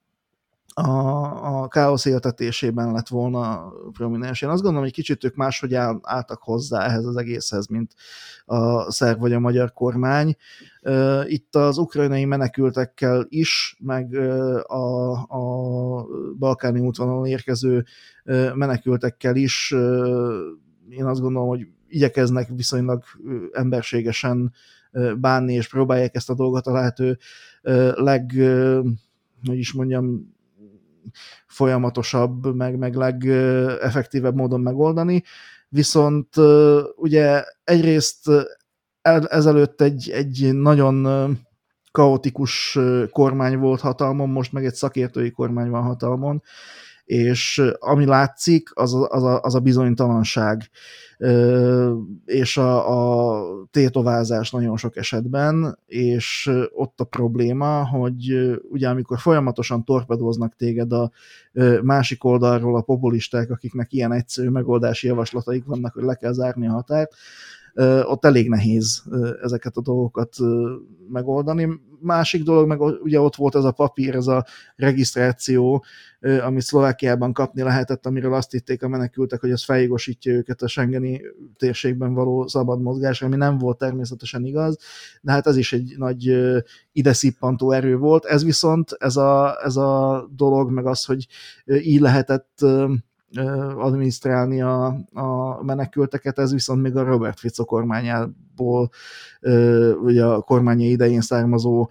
a, a káosz éltetésében lett volna prominens. Én azt gondolom, hogy kicsit ők máshogy áll, álltak hozzá ehhez az egészhez, mint a szerb vagy a magyar kormány. Itt az ukrajnai menekültekkel is, meg a, a balkáni útvonalon érkező menekültekkel is én azt gondolom, hogy igyekeznek viszonylag emberségesen bánni, és próbálják ezt a dolgot a lehető leg, hogy is mondjam, folyamatosabb, meg, meg legeffektívebb módon megoldani. Viszont ugye egyrészt ezelőtt egy, egy nagyon kaotikus kormány volt hatalmon, most meg egy szakértői kormány van hatalmon, és ami látszik, az a, az a, az a bizonytalanság, és a, a tétovázás nagyon sok esetben, és ott a probléma, hogy ugye amikor folyamatosan torpedóznak téged a másik oldalról a populisták, akiknek ilyen egyszerű megoldási javaslataik vannak, hogy le kell zárni a határt, ott elég nehéz ezeket a dolgokat megoldani. Másik dolog, meg ugye ott volt ez a papír, ez a regisztráció, amit Szlovákiában kapni lehetett, amiről azt hitték a menekültek, hogy az feljogosítja őket a schengeni térségben való szabad mozgásra, ami nem volt természetesen igaz, de hát ez is egy nagy ide szippantó erő volt. Ez viszont, ez a, ez a dolog, meg az, hogy így lehetett adminisztrálni a, a menekülteket, ez viszont még a Robert Fico kormányából, vagy a kormánya idején származó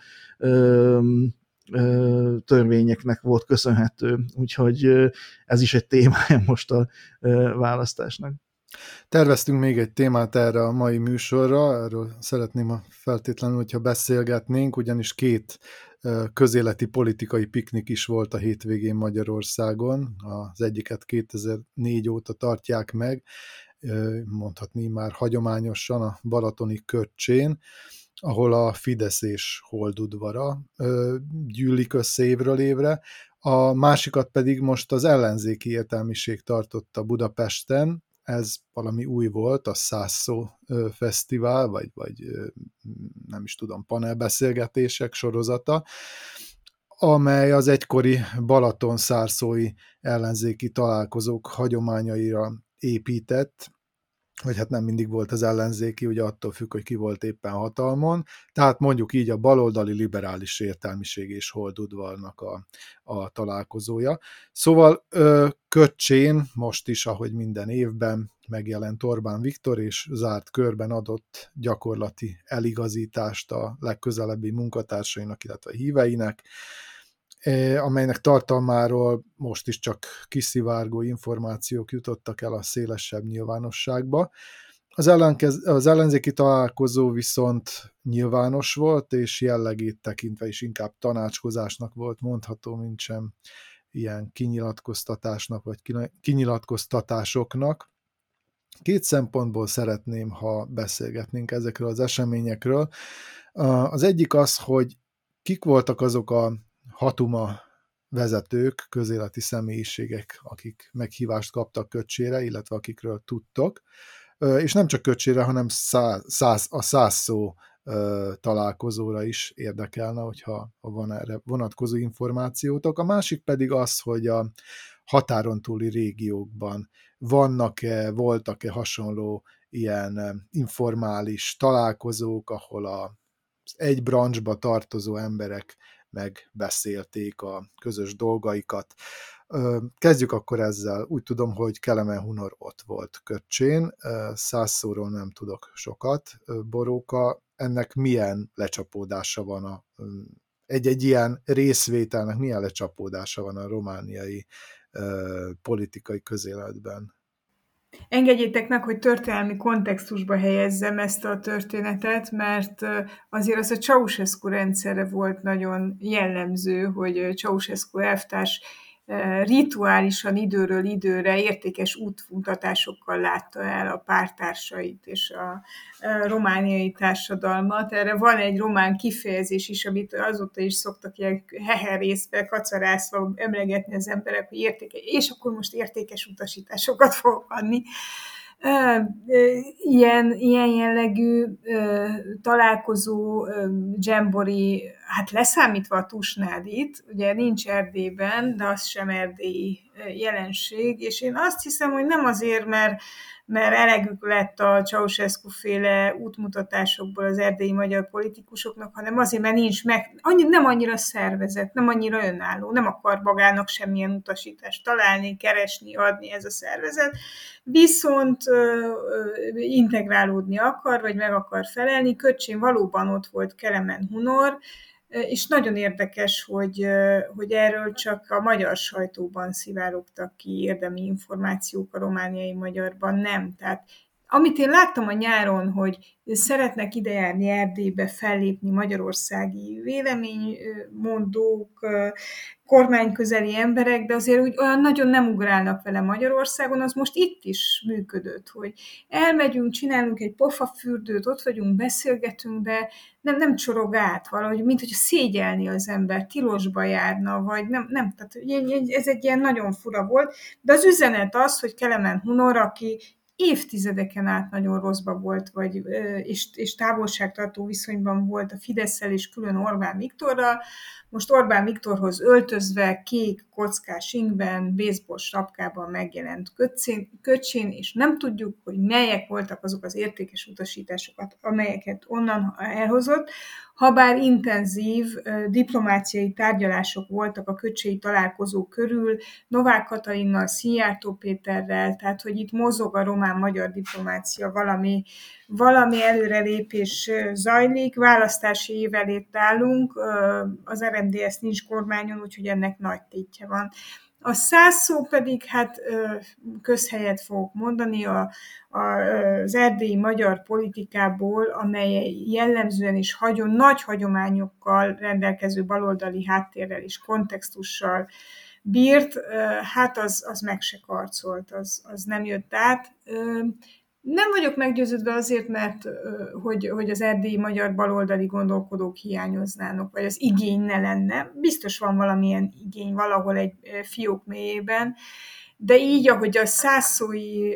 törvényeknek volt köszönhető, úgyhogy ez is egy témája most a választásnak. Terveztünk még egy témát erre a mai műsorra, erről szeretném feltétlenül, hogyha beszélgetnénk, ugyanis két közéleti politikai piknik is volt a hétvégén Magyarországon. Az egyiket kétezer-négy óta tartják meg, mondhatni már hagyományosan a balatoni Köccsén, ahol a Fidesz és Holdudvara gyűlik össze évről évre. A másikat pedig most az ellenzéki értelmiség tartotta Budapesten. Ez valami új volt, a Szászó Fesztivál, vagy, vagy nem is tudom, panelbeszélgetések sorozata, amely az egykori Balaton-szárszói ellenzéki találkozók hagyományaira épített, vagy hát nem mindig volt az ellenzéki, ugye attól függ, hogy ki volt éppen hatalmon, tehát mondjuk így a baloldali liberális értelmiség és Holdudvarnak a, a találkozója. Szóval Köccsén most is, ahogy minden évben megjelent Orbán Viktor, és zárt körben adott gyakorlati eligazítást a legközelebbi munkatársainak, illetve híveinek. amelynek tartalmáról most is csak kiszivárgó információk jutottak el a szélesebb nyilvánosságba. Az, ellenkez, az ellenzéki találkozó viszont nyilvános volt, és jellegét tekintve is inkább tanácskozásnak volt mondható, mint sem ilyen kinyilatkoztatásnak, vagy kinyilatkoztatásoknak. Két szempontból szeretném, ha beszélgetnénk ezekről az eseményekről. Az egyik az, hogy kik voltak azok a hatuma vezetők, közéleti személyiségek, akik meghívást kaptak Köcsére, illetve akikről tudtok, és nem csak Köcsére, hanem száz, száz, a száz szó találkozóra is érdekelne, hogyha van erre vonatkozó információtok. A másik pedig az, hogy a határon túli régiókban vannak-e, voltak-e hasonló ilyen informális találkozók, ahol az egy branchba tartozó emberek megbeszélték a közös dolgaikat. Kezdjük akkor ezzel. Úgy tudom, hogy Kelemen Hunor ott volt Köcsén, száz szóról nem tudok sokat. Boróka, ennek milyen lecsapódása van a egy-egy ilyen részvételnek milyen lecsapódása van a romániai uh, politikai közéletben? Engedjétek meg, hogy történelmi kontextusba helyezzem ezt a történetet, mert azért az a Ceausescu rendszerre volt nagyon jellemző, hogy Ceausescu elvtárs rituálisan időről időre értékes útmutatásokkal látta el a pártársait és a romániai társadalmat. Erre van egy román kifejezés is, amit azóta is szoktak ilyen heherészve, kacarászva emlegetni az emberek, hogy értékes, és akkor most értékes utasításokat fogok adni. Ilyen, ilyen jellegű találkozó, dzsembori, hát leszámítva a Tusnádit, ugye nincs Erdélyben, de az sem erdélyi jelenség, és én azt hiszem, hogy nem azért, mert, mert elegük lett a Ceausescu-féle útmutatásokból az erdélyi magyar politikusoknak, hanem azért, mert nincs meg, annyi, nem annyira szervezett, nem annyira önálló, nem akar magának semmilyen utasítást találni, keresni, adni ez a szervezet, viszont ö, ö, integrálódni akar, vagy meg akar felelni. Köcsén valóban ott volt Kelemen Hunor, és nagyon érdekes, hogy, hogy erről csak a magyar sajtóban szivárogtak ki érdemi információk, a romániai magyarban nem. Tehát amit én láttam a nyáron, hogy szeretnek idejárni Erdélybe, fellépni magyarországi véleménymondók, kormányközeli emberek, de azért úgy olyan nagyon nem ugrálnak vele Magyarországon, az most itt is működött, hogy elmegyünk, csinálunk egy pofafürdőt, ott vagyunk, beszélgetünk, de nem, nem csorog át valahogy, mint hogy szégyelni az ember, tilosba járna, vagy nem, nem, tehát ez egy ilyen nagyon fura volt, de az üzenet az, hogy Kelemen Hunor, aki évtizedeken át nagyon rosszba volt, vagy, és, és távolságtartó viszonyban volt a Fidesszel és külön Orbán Viktorral. Most Orbán Viktorhoz öltözve, kék kockás ingben, baseball sapkában megjelent Köcsén, és nem tudjuk, hogy melyek voltak azok az értékes utasításokat, amelyeket onnan elhozott. Habár intenzív diplomáciai tárgyalások voltak a köcséi találkozó körül, Novák Katalinnal, Szijjártó Péterrel, tehát hogy itt mozog a román-magyar diplomácia, valami, valami előrelépés zajlik, választási év elé állunk, az er em dé es nincs kormányon, úgyhogy ennek nagy tétje van. A száz szó pedig, hát közhelyet fogok mondani, a, a, az erdélyi magyar politikából, amely jellemzően is hagyom, nagy hagyományokkal rendelkező baloldali háttérrel és kontextussal bírt, hát az, az meg se karcolt, az, az nem jött át. Nem vagyok meggyőződve azért, mert hogy, hogy az erdélyi magyar baloldali gondolkodók hiányoznának, vagy az igény ne lenne. Biztos van valamilyen igény valahol egy fiók mélyében, de így, ahogy a százszói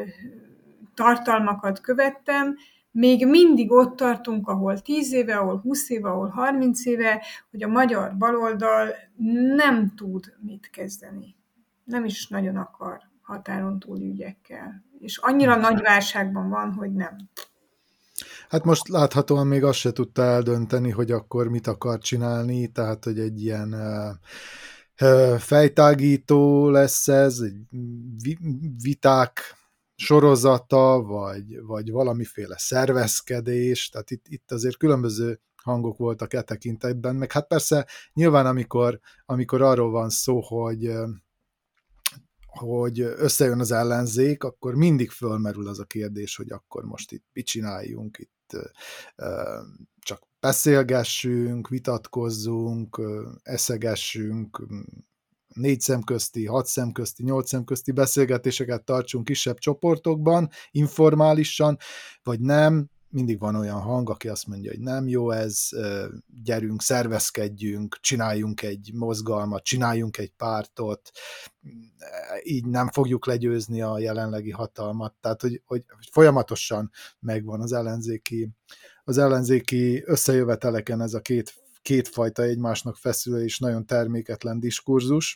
tartalmakat követtem, még mindig ott tartunk, ahol tíz éve, ahol húsz éve, ahol harminc éve, hogy a magyar baloldal nem tud mit kezdeni. Nem is nagyon akar határon túli ügyekkel. És annyira nagy válságban van, hogy nem. Hát most láthatóan még azt se tudta eldönteni, hogy akkor mit akar csinálni, tehát hogy egy ilyen uh, fejtágító lesz ez, egy viták sorozata, vagy, vagy valamiféle szervezkedés, tehát itt, itt azért különböző hangok voltak e tekintetben, meg hát persze nyilván amikor, amikor arról van szó, hogy hogy összejön az ellenzék, akkor mindig fölmerül az a kérdés, hogy akkor most itt mit csináljunk, itt csak beszélgessünk, vitatkozzunk, eszegessünk, négy szemközti, hat szemközti, nyolc szemközti beszélgetéseket tartsunk kisebb csoportokban, informálisan, vagy nem. Mindig van olyan hang, aki azt mondja, hogy nem jó ez, gyerünk, szervezkedjünk, csináljunk egy mozgalmat, csináljunk egy pártot, így nem fogjuk legyőzni a jelenlegi hatalmat. Tehát, hogy, hogy folyamatosan megvan az ellenzéki, az ellenzéki összejöveteleken ez a két, kétfajta egymásnak feszülő és nagyon terméketlen diskurzus.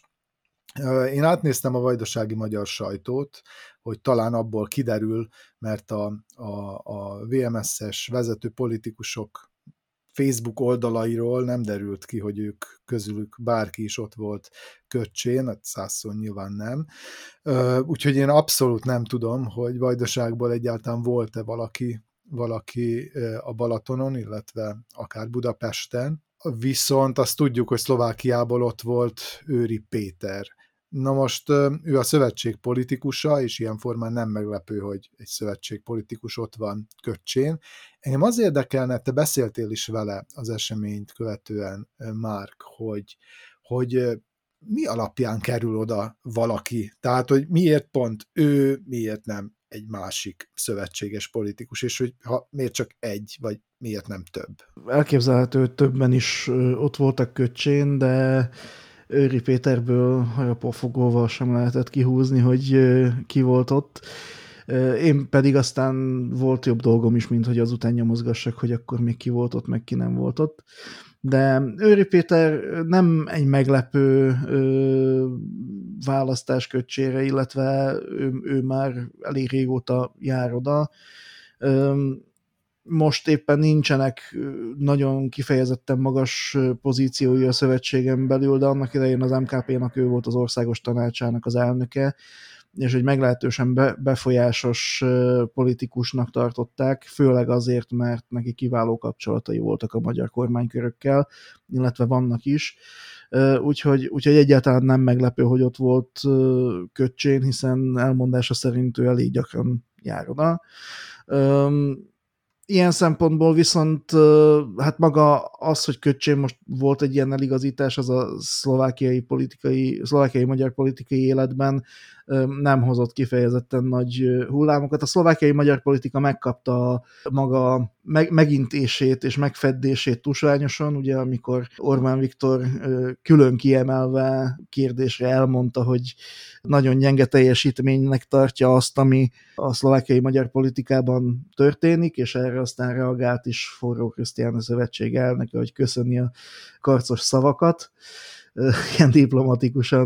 Én átnéztem a vajdasági magyar sajtót, hogy talán abból kiderül, mert a, a, a vé em es-es vezető politikusok Facebook oldalairól nem derült ki, hogy ők közülük bárki is ott volt Köccsén, hát százszor nyilván nem. Úgyhogy én abszolút nem tudom, hogy Vajdaságból egyáltalán volt-e valaki, valaki a Balatonon, illetve akár Budapesten. Viszont azt tudjuk, hogy Szlovákiából ott volt Őry Péter. Na most ő a szövetség politikusa, és ilyen formán nem meglepő, hogy egy szövetség politikus ott van Köccsén. Engem az érdekelne, te beszéltél is vele az eseményt követően, Márk, hogy, hogy mi alapján kerül oda valaki? Tehát, hogy miért pont ő, miért nem egy másik szövetséges politikus, és hogy ha miért csak egy, vagy miért nem több? Elképzelhető, hogy többen is ott voltak Köccsén, de Őry Péterből harapófogóval sem lehetett kihúzni, hogy ki volt ott. Én pedig aztán volt jobb dolgom is, mint hogy azután nyomozgassak, hogy akkor még ki volt ott, meg ki nem volt ott. De Őry Péter nem egy meglepő ö, választás Köccsére, illetve ő, ő már elég régóta jár oda. Ö, most éppen nincsenek nagyon kifejezetten magas pozíciói a szövetségen belül, de annak idején az em ká pé-nak ő volt az országos tanácsának az elnöke, és egy meglehetősen be, befolyásos politikusnak tartották, főleg azért, mert neki kiváló kapcsolatai voltak a magyar kormánykörökkel, illetve vannak is. Úgyhogy, úgyhogy egyáltalán nem meglepő, hogy ott volt Köccsén, hiszen elmondása szerint ő elég gyakran jár oda. Ilyen szempontból viszont hát maga az, hogy Köccsén most volt egy ilyen eligazítás, az a szlovákiai politikai, szlovákiai magyar politikai életben nem hozott kifejezetten nagy hullámokat. A szlovákiai magyar politika megkapta maga meg, megintését és megfeddését tusványosan, ugye amikor Orbán Viktor külön kiemelve kérdésre elmondta, hogy nagyon gyenge teljesítménynek tartja azt, ami a szlovákiai magyar politikában történik, és erre aztán reagált is Forró Krisztián a szövetség elnöke, hogy köszöni a karcos szavakat. Ilyen diplomatikusan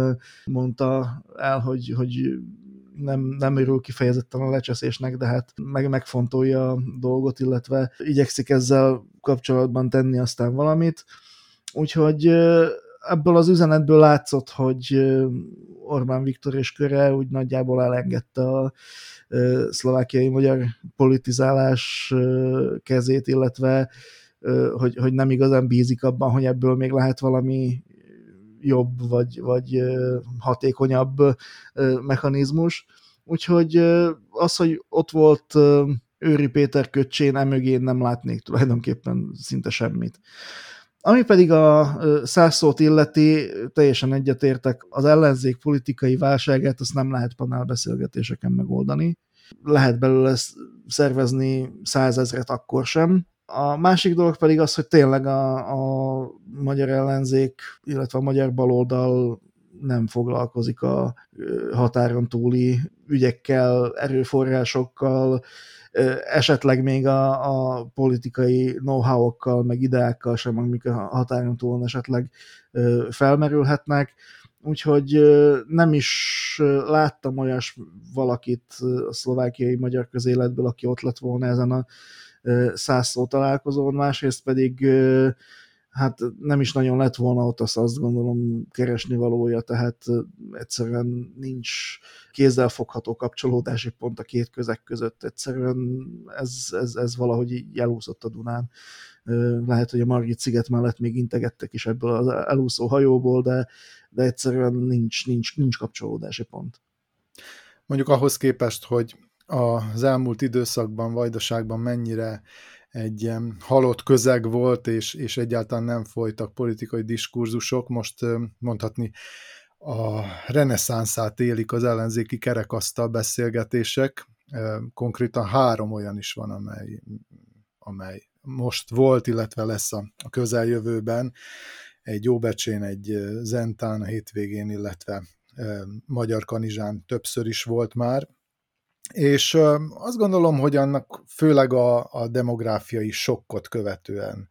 mondta el, hogy, hogy nem, nem örül kifejezetten a lecseszésnek, de hát meg, megfontolja a dolgot, illetve igyekszik ezzel kapcsolatban tenni aztán valamit. Úgyhogy ebből az üzenetből látszott, hogy Orbán Viktor és köre úgy nagyjából elengedte a szlovákiai magyar politizálás kezét, illetve hogy, hogy nem igazán bízik abban, hogy ebből még lehet valami jobb vagy, vagy hatékonyabb mechanizmus. Úgyhogy az, hogy ott volt Őry Péter Köccsén, emögén nem látnék tulajdonképpen szinte semmit. Ami pedig a száz szót illeti, teljesen egyetértek, az ellenzék politikai válságát azt nem lehet panelbeszélgetéseken megoldani. Lehet belőle szervezni százezret akkor sem. A másik dolog pedig az, hogy tényleg a, a magyar ellenzék, illetve a magyar baloldal nem foglalkozik a határon túli ügyekkel, erőforrásokkal, esetleg még a, a politikai know-how-okkal, meg ideákkal sem, amik a határon túlon esetleg felmerülhetnek. Úgyhogy nem is láttam olyas valakit a szlovákiai magyar közéletből, aki ott lett volna ezen a száz szó találkozón, másrészt pedig hát nem is nagyon lett volna ott, azt, azt gondolom keresni valója, tehát egyszerűen nincs kézzelfogható kapcsolódási pont a két közeg között, egyszerűen ez, ez, ez valahogy így elúszott a Dunán. Lehet, hogy a Margit sziget mellett még integettek is ebből az elúszó hajóból, de, de egyszerűen nincs, nincs, nincs kapcsolódási pont. Mondjuk ahhoz képest, hogy az elmúlt időszakban, Vajdaságban mennyire egy ilyen halott közeg volt, és, és egyáltalán nem folytak politikai diskurzusok, most mondhatni a reneszánszát élik az ellenzéki kerekasztal beszélgetések, konkrétan három olyan is van, amely, amely most volt, illetve lesz a, a közeljövőben, egy Óbecsén, egy Zentán a hétvégén, illetve Magyar Kanizsán többször is volt már, és azt gondolom, hogy annak főleg a, a demográfiai sokkot követően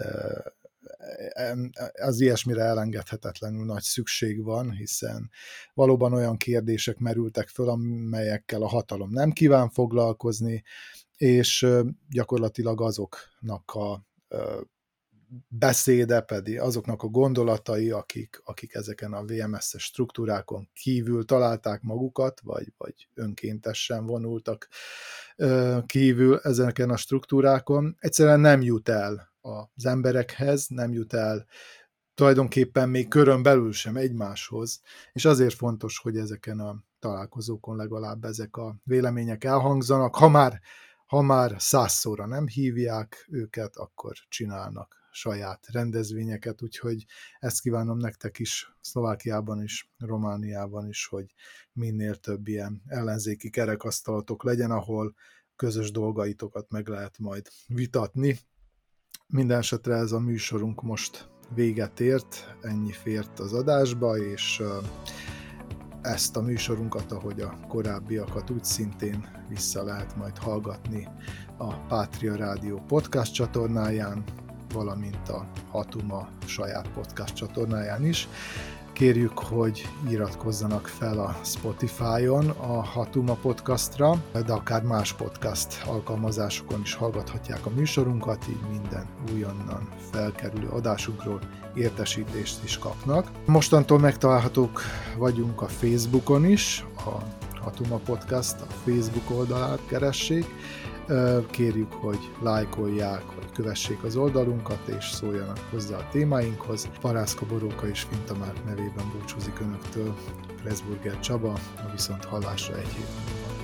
az ilyesmire elengedhetetlenül nagy szükség van, hiszen valóban olyan kérdések merültek föl, amelyekkel a hatalom nem kíván foglalkozni, és gyakorlatilag azoknak a beszéde pedig, azoknak a gondolatai, akik, akik ezeken a vé em es-es struktúrákon kívül találták magukat, vagy, vagy önkéntesen vonultak kívül ezeken a struktúrákon, egyszerűen nem jut el az emberekhez, nem jut el tulajdonképpen még körön belül sem egymáshoz, és azért fontos, hogy ezeken a találkozókon legalább ezek a vélemények elhangzanak. Ha már, ha már százszóra nem hívják őket, akkor csinálnak saját rendezvényeket, úgyhogy ezt kívánom nektek is, Szlovákiában is, Romániában is, hogy minél több ilyen ellenzéki kerekasztalatok legyen, ahol közös dolgaitokat meg lehet majd vitatni. Minden esetre ez a műsorunk most véget ért, ennyi fért az adásba, és ezt a műsorunkat, ahogy a korábbiakat, úgy szintén vissza lehet majd hallgatni a Pátria Rádió podcast csatornáján, valamint a Hatuma saját podcast csatornáján is. Kérjük, hogy iratkozzanak fel a Spotify-on a Hatuma podcastra, de akár más podcast alkalmazásokon is hallgathatják a műsorunkat, így minden újonnan felkerülő adásunkról értesítést is kapnak. Mostantól megtalálhatók vagyunk a Facebookon is, a Hatuma Podcast a Facebook oldalát keressék. Kérjük, hogy lájkolják, hogy kövessék az oldalunkat, és szóljanak hozzá a témáinkhoz. Parászka Boróka és Fintamárk nevében búcsúzik önöktől Pressburger Csaba, a viszont hallásra egy hét múlva.